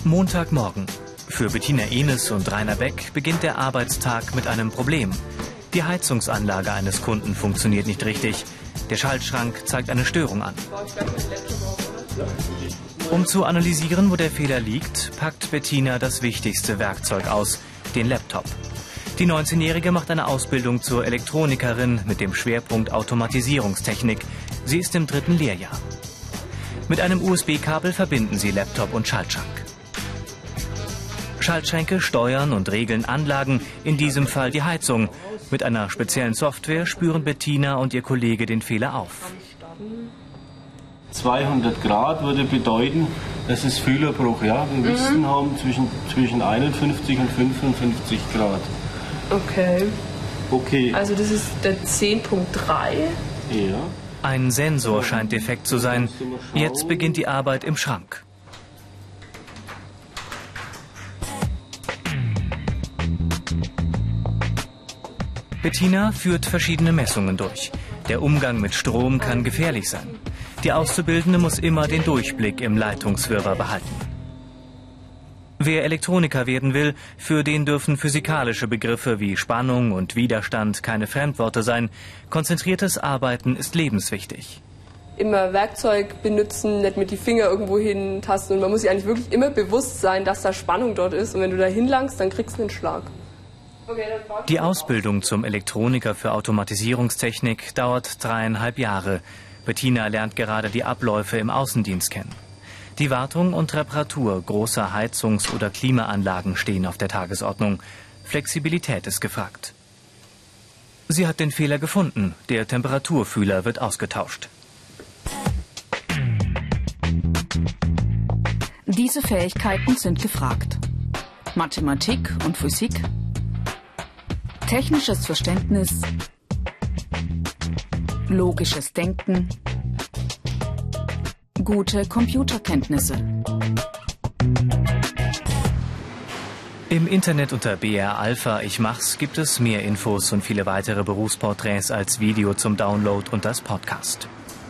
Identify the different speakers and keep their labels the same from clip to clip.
Speaker 1: Montagmorgen. Für Bettina Enes und Rainer Beck beginnt der Arbeitstag mit einem Problem. Die Heizungsanlage eines Kunden funktioniert nicht richtig. Der Schaltschrank zeigt eine Störung an. Um zu analysieren, wo der Fehler liegt, packt Bettina das wichtigste Werkzeug aus, den Laptop. Die 19-Jährige macht eine Ausbildung zur Elektronikerin mit dem Schwerpunkt Automatisierungstechnik. Sie ist im 3. Lehrjahr. Mit einem USB-Kabel verbinden sie Laptop und Schaltschrank. Schaltschränke steuern und regeln Anlagen, in diesem Fall die Heizung. Mit einer speziellen Software spüren Bettina und ihr Kollege den Fehler auf.
Speaker 2: 200 Grad würde bedeuten, dass es Fehlerbruch. Ja? Wir müssten haben zwischen 51 und 55 Grad.
Speaker 3: Okay. Also das ist der 10.3.
Speaker 2: Ja.
Speaker 1: Ein Sensor scheint defekt zu sein. Jetzt beginnt die Arbeit im Schrank. Bettina führt verschiedene Messungen durch. Der Umgang mit Strom kann gefährlich sein. Die Auszubildende muss immer den Durchblick im Leitungswirrwarr behalten. Wer Elektroniker werden will, für den dürfen physikalische Begriffe wie Spannung und Widerstand keine Fremdworte sein. Konzentriertes Arbeiten ist lebenswichtig.
Speaker 3: Immer Werkzeug benutzen, nicht mit die Finger irgendwo hintasten. Und man muss sich eigentlich wirklich immer bewusst sein, dass da Spannung dort ist. Und wenn du da hinlangst, dann kriegst du einen Schlag.
Speaker 1: Die Ausbildung zum Elektroniker für Automatisierungstechnik dauert 3,5 Jahre. Bettina lernt gerade die Abläufe im Außendienst kennen. Die Wartung und Reparatur großer Heizungs- oder Klimaanlagen stehen auf der Tagesordnung. Flexibilität ist gefragt. Sie hat den Fehler gefunden. Der Temperaturfühler wird ausgetauscht.
Speaker 4: Diese Fähigkeiten sind gefragt. Mathematik und Physik, technisches Verständnis, logisches Denken, gute Computerkenntnisse.
Speaker 1: Im Internet unter BR Alpha Ich Mach's gibt es mehr Infos und viele weitere Berufsporträts als Video zum Download und als Podcast.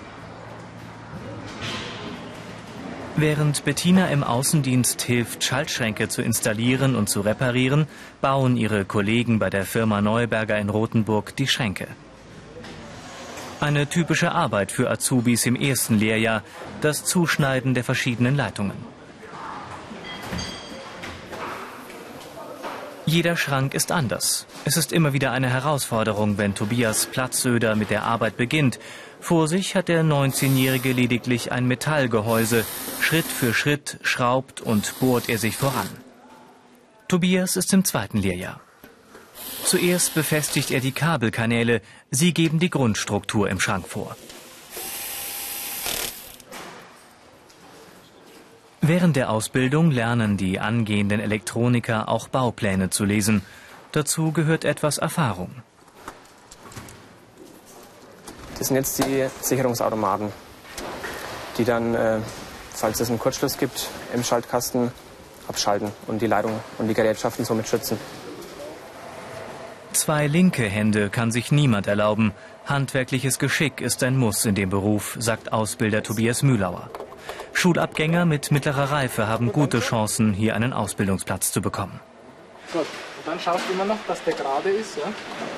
Speaker 1: Während Bettina im Außendienst hilft, Schaltschränke zu installieren und zu reparieren, bauen ihre Kollegen bei der Firma Neuberger in Rothenburg die Schränke. Eine typische Arbeit für Azubis im 1. Lehrjahr, das Zuschneiden der verschiedenen Leitungen. Jeder Schrank ist anders. Es ist immer wieder eine Herausforderung, wenn Tobias Platzsöder mit der Arbeit beginnt. Vor sich hat der 19-Jährige lediglich ein Metallgehäuse. Schritt für Schritt schraubt und bohrt er sich voran. Tobias ist im 2. Lehrjahr. Zuerst befestigt er die Kabelkanäle. Sie geben die Grundstruktur im Schrank vor. Während der Ausbildung lernen die angehenden Elektroniker auch Baupläne zu lesen. Dazu gehört etwas Erfahrung.
Speaker 5: Das sind jetzt die Sicherungsautomaten, die dann, falls es einen Kurzschluss gibt, im Schaltkasten abschalten und die Leitung und die Gerätschaften somit schützen.
Speaker 1: 2 linke Hände kann sich niemand erlauben. Handwerkliches Geschick ist ein Muss in dem Beruf, sagt Ausbilder Tobias Mühlauer. Schulabgänger mit mittlerer Reife haben gute Chancen, hier einen Ausbildungsplatz zu bekommen.
Speaker 6: Gut, und dann schaust du immer noch, dass der gerade ist, ja?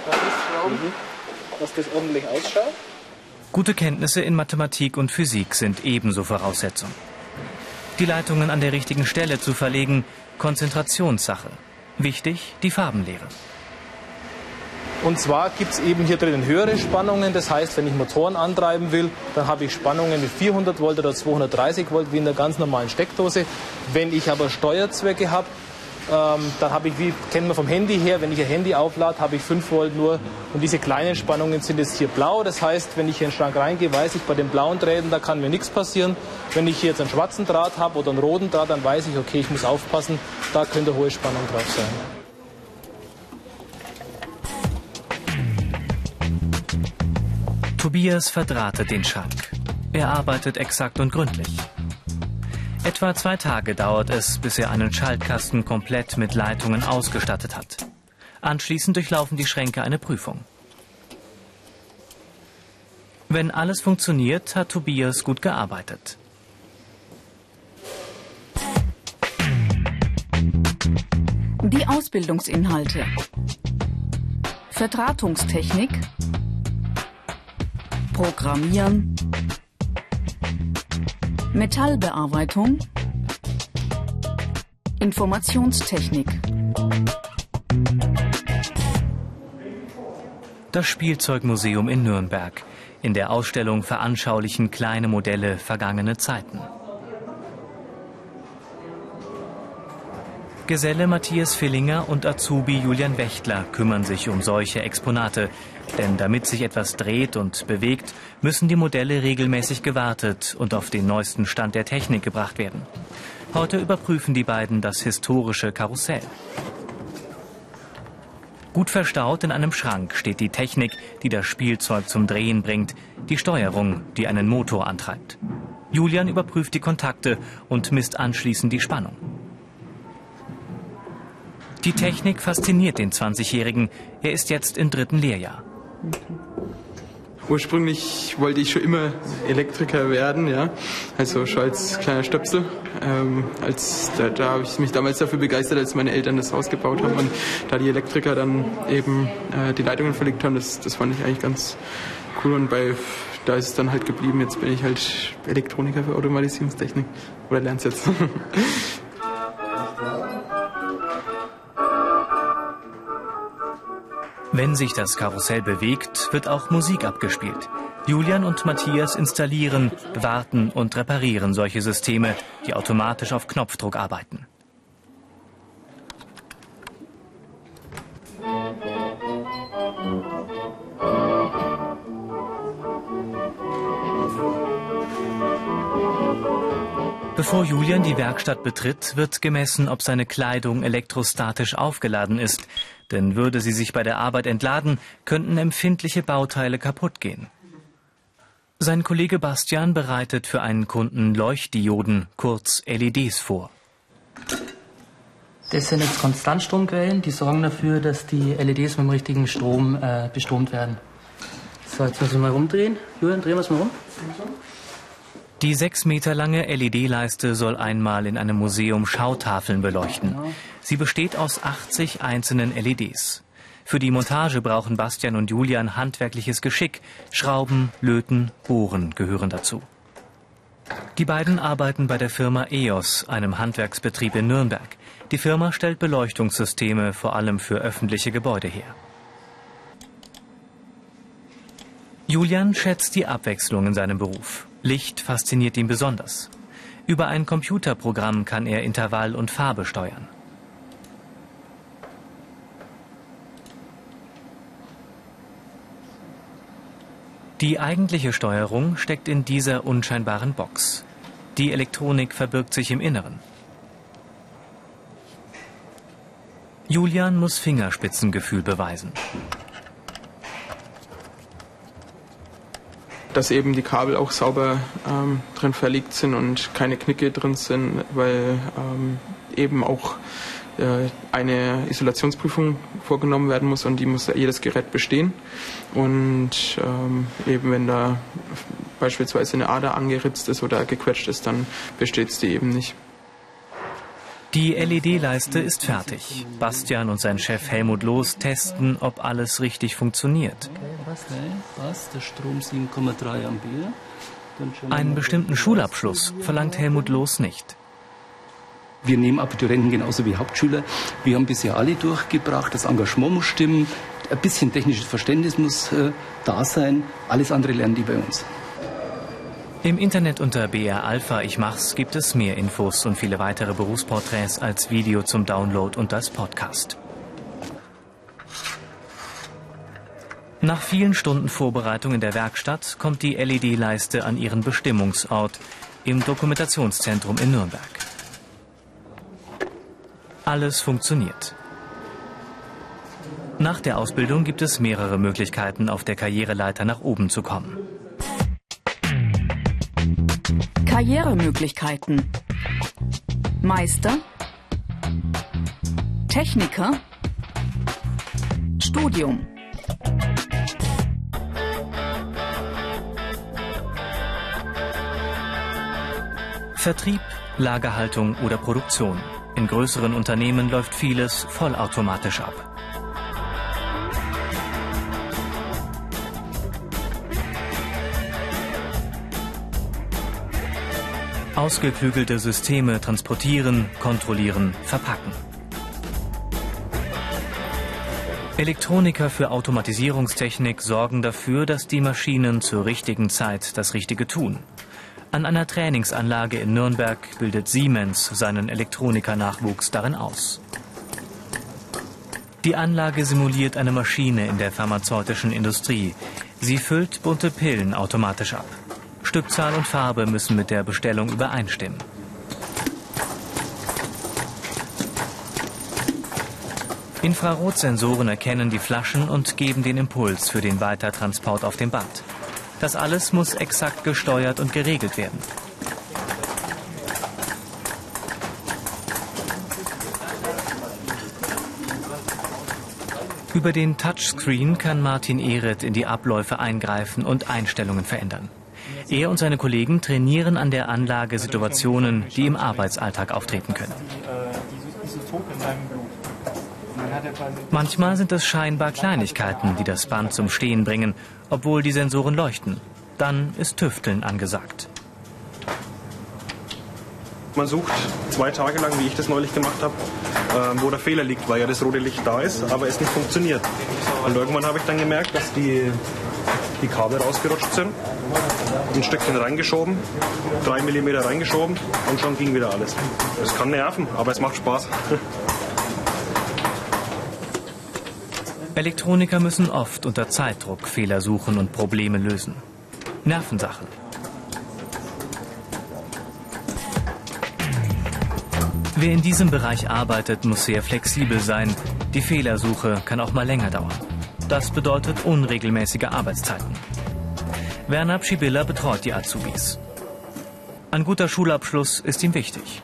Speaker 6: Dass das ordentlich ausschaut.
Speaker 1: Gute Kenntnisse in Mathematik und Physik sind ebenso Voraussetzung. Die Leitungen an der richtigen Stelle zu verlegen, Konzentrationssache. Wichtig, die Farbenlehre.
Speaker 6: Und zwar gibt es eben hier drinnen höhere Spannungen. Das heißt, wenn ich Motoren antreiben will, dann habe ich Spannungen mit 400 Volt oder 230 Volt wie in der ganz normalen Steckdose. Wenn ich aber Steuerzwecke habe, dann habe ich, wie kennen wir vom Handy her, wenn ich ein Handy auflade, habe ich 5 Volt nur. Und diese kleinen Spannungen sind jetzt hier blau. Das heißt, wenn ich hier in den Schrank reingehe, weiß ich, bei den blauen Drähten, da kann mir nichts passieren. Wenn ich hier jetzt einen schwarzen Draht habe oder einen roten Draht, dann weiß ich, okay, ich muss aufpassen, da könnte hohe Spannung drauf sein.
Speaker 1: Tobias verdrahtet den Schrank. Er arbeitet exakt und gründlich. Etwa 2 Tage dauert es, bis er einen Schaltkasten komplett mit Leitungen ausgestattet hat. Anschließend durchlaufen die Schränke eine Prüfung. Wenn alles funktioniert, hat Tobias gut gearbeitet.
Speaker 4: Die Ausbildungsinhalte: Verdrahtungstechnik, Programmieren, Metallbearbeitung, Informationstechnik.
Speaker 1: Das Spielzeugmuseum in Nürnberg. In der Ausstellung veranschaulichen kleine Modelle vergangene Zeiten. Geselle Matthias Villinger und Azubi Julian Wächtler kümmern sich um solche Exponate. Denn damit sich etwas dreht und bewegt, müssen die Modelle regelmäßig gewartet und auf den neuesten Stand der Technik gebracht werden. Heute überprüfen die beiden das historische Karussell. Gut verstaut in einem Schrank steht die Technik, die das Spielzeug zum Drehen bringt, die Steuerung, die einen Motor antreibt. Julian überprüft die Kontakte und misst anschließend die Spannung. Die Technik fasziniert den 20-Jährigen. Er ist jetzt im 3. Lehrjahr.
Speaker 7: Ursprünglich wollte ich schon immer Elektriker werden, ja, also schon als kleiner Stöpsel. Da habe ich mich damals dafür begeistert, als meine Eltern das Haus gebaut haben und da die Elektriker dann eben die Leitungen verlegt haben, das fand ich eigentlich ganz cool und da ist es dann halt geblieben. Jetzt bin ich halt Elektroniker für Automatisierungstechnik oder lerne es jetzt.
Speaker 1: Wenn sich das Karussell bewegt, wird auch Musik abgespielt. Julian und Matthias installieren, warten und reparieren solche Systeme, die automatisch auf Knopfdruck arbeiten. Bevor Julian die Werkstatt betritt, wird gemessen, ob seine Kleidung elektrostatisch aufgeladen ist. Denn würde sie sich bei der Arbeit entladen, könnten empfindliche Bauteile kaputt gehen. Sein Kollege Bastian bereitet für einen Kunden Leuchtdioden, kurz LEDs, vor.
Speaker 8: Das sind jetzt Konstantstromquellen, die sorgen dafür, dass die LEDs mit dem richtigen Strom bestromt werden. So, jetzt müssen wir mal rumdrehen. Julian, drehen wir es mal rum.
Speaker 1: Die 6 Meter lange LED-Leiste soll einmal in einem Museum Schautafeln beleuchten. Sie besteht aus 80 einzelnen LEDs. Für die Montage brauchen Bastian und Julian handwerkliches Geschick. Schrauben, Löten, Bohren gehören dazu. Die beiden arbeiten bei der Firma EOS, einem Handwerksbetrieb in Nürnberg. Die Firma stellt Beleuchtungssysteme vor allem für öffentliche Gebäude her. Julian schätzt die Abwechslung in seinem Beruf. Licht fasziniert ihn besonders. Über ein Computerprogramm kann er Intervall und Farbe steuern. Die eigentliche Steuerung steckt in dieser unscheinbaren Box. Die Elektronik verbirgt sich im Inneren. Julian muss Fingerspitzengefühl beweisen.
Speaker 7: Dass eben die Kabel auch sauber drin verlegt sind und keine Knicke drin sind, weil eben auch eine Isolationsprüfung vorgenommen werden muss und die muss jedes Gerät bestehen. Und eben wenn da beispielsweise eine Ader angeritzt ist oder gequetscht ist, dann besteht es die eben nicht.
Speaker 1: Die LED-Leiste ist fertig. Bastian und sein Chef Helmut Loos testen, ob alles richtig funktioniert.
Speaker 8: Passt, der Strom 7,3 Ampere.
Speaker 1: Einen bestimmten Schulabschluss verlangt Helmut Loos nicht.
Speaker 9: Wir nehmen Abiturienten genauso wie Hauptschüler. Wir haben bisher alle durchgebracht. Das Engagement muss stimmen. Ein bisschen technisches Verständnis muss da sein. Alles andere lernen die bei uns.
Speaker 1: Im Internet unter BR Alpha Ich Mach's gibt es mehr Infos und viele weitere Berufsporträts als Video zum Download und als Podcast. Nach vielen Stunden Vorbereitung in der Werkstatt kommt die LED-Leiste an ihren Bestimmungsort im Dokumentationszentrum in Nürnberg. Alles funktioniert. Nach der Ausbildung gibt es mehrere Möglichkeiten, auf der Karriereleiter nach oben zu kommen.
Speaker 4: Karrieremöglichkeiten: Meister, Techniker, Studium.
Speaker 1: Vertrieb, Lagerhaltung oder Produktion. In größeren Unternehmen läuft vieles vollautomatisch ab. Ausgeklügelte Systeme transportieren, kontrollieren, verpacken. Elektroniker für Automatisierungstechnik sorgen dafür, dass die Maschinen zur richtigen Zeit das Richtige tun. An einer Trainingsanlage in Nürnberg bildet Siemens seinen Elektronikernachwuchs darin aus. Die Anlage simuliert eine Maschine in der pharmazeutischen Industrie. Sie füllt bunte Pillen automatisch ab. Stückzahl und Farbe müssen mit der Bestellung übereinstimmen. Infrarotsensoren erkennen die Flaschen und geben den Impuls für den Weitertransport auf dem Band. Das alles muss exakt gesteuert und geregelt werden. Über den Touchscreen kann Martin Ehret in die Abläufe eingreifen und Einstellungen verändern. Er und seine Kollegen trainieren an der Anlage Situationen, die im Arbeitsalltag auftreten können. Manchmal sind es scheinbar Kleinigkeiten, die das Band zum Stehen bringen, obwohl die Sensoren leuchten. Dann ist Tüfteln angesagt.
Speaker 10: Man sucht 2 Tage lang, wie ich das neulich gemacht habe, wo der Fehler liegt, weil ja das rote Licht da ist, aber es nicht funktioniert. Und irgendwann habe ich dann gemerkt, dass die Kabel rausgerutscht sind, ein Stückchen reingeschoben, 3 mm reingeschoben und schon ging wieder alles. Das kann nerven, aber es macht Spaß.
Speaker 1: Elektroniker müssen oft unter Zeitdruck Fehler suchen und Probleme lösen. Nervensache. Wer in diesem Bereich arbeitet, muss sehr flexibel sein. Die Fehlersuche kann auch mal länger dauern. Das bedeutet unregelmäßige Arbeitszeiten. Werner Pschibilla betreut die Azubis. Ein guter Schulabschluss ist ihm wichtig.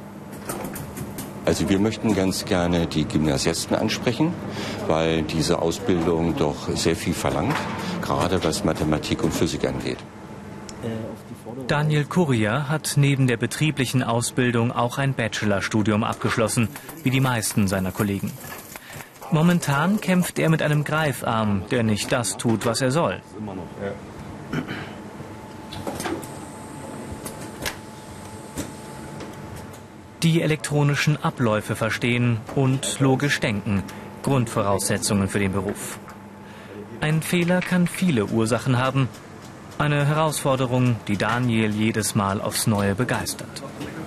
Speaker 11: Also wir möchten ganz gerne die Gymnasiasten ansprechen, weil diese Ausbildung doch sehr viel verlangt, gerade was Mathematik und Physik angeht.
Speaker 1: Daniel Kurria hat neben der betrieblichen Ausbildung auch ein Bachelorstudium abgeschlossen, wie die meisten seiner Kollegen. Momentan kämpft er mit einem Greifarm, der nicht das tut, was er soll. Die elektronischen Abläufe verstehen und logisch denken, Grundvoraussetzungen für den Beruf. Ein Fehler kann viele Ursachen haben, eine Herausforderung, die Daniel jedes Mal aufs Neue begeistert.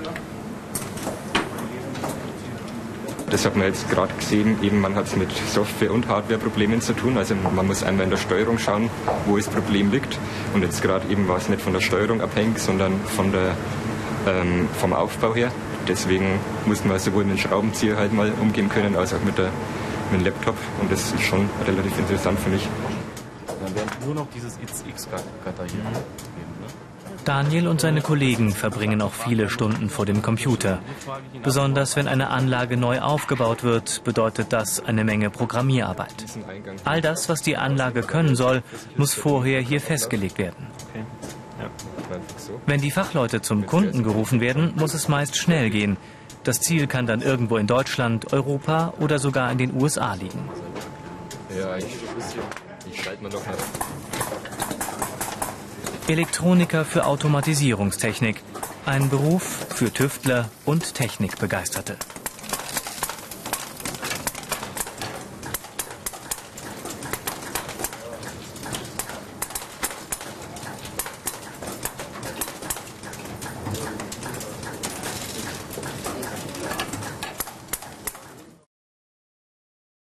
Speaker 12: Das hat man jetzt gerade gesehen, eben man hat es mit Software- und Hardware-Problemen zu tun. Also man muss einmal in der Steuerung schauen, wo das Problem liegt. Und jetzt gerade eben war es nicht von der Steuerung abhängig, sondern vom Aufbau her. Deswegen mussten wir sowohl mit dem Schraubenzieher halt mal umgehen können, als auch mit dem Laptop. Und das ist schon relativ interessant für mich.
Speaker 2: Dann werden nur noch dieses XX-Gatter hier geben, ne?
Speaker 1: Daniel und seine Kollegen verbringen auch viele Stunden vor dem Computer. Besonders wenn eine Anlage neu aufgebaut wird, bedeutet das eine Menge Programmierarbeit. All das, was die Anlage können soll, muss vorher hier festgelegt werden. Wenn die Fachleute zum Kunden gerufen werden, muss es meist schnell gehen. Das Ziel kann dann irgendwo in Deutschland, Europa oder sogar in den USA liegen.
Speaker 12: Ja, ich schalte mal noch mal.
Speaker 1: Elektroniker für Automatisierungstechnik. Ein Beruf für Tüftler und Technikbegeisterte.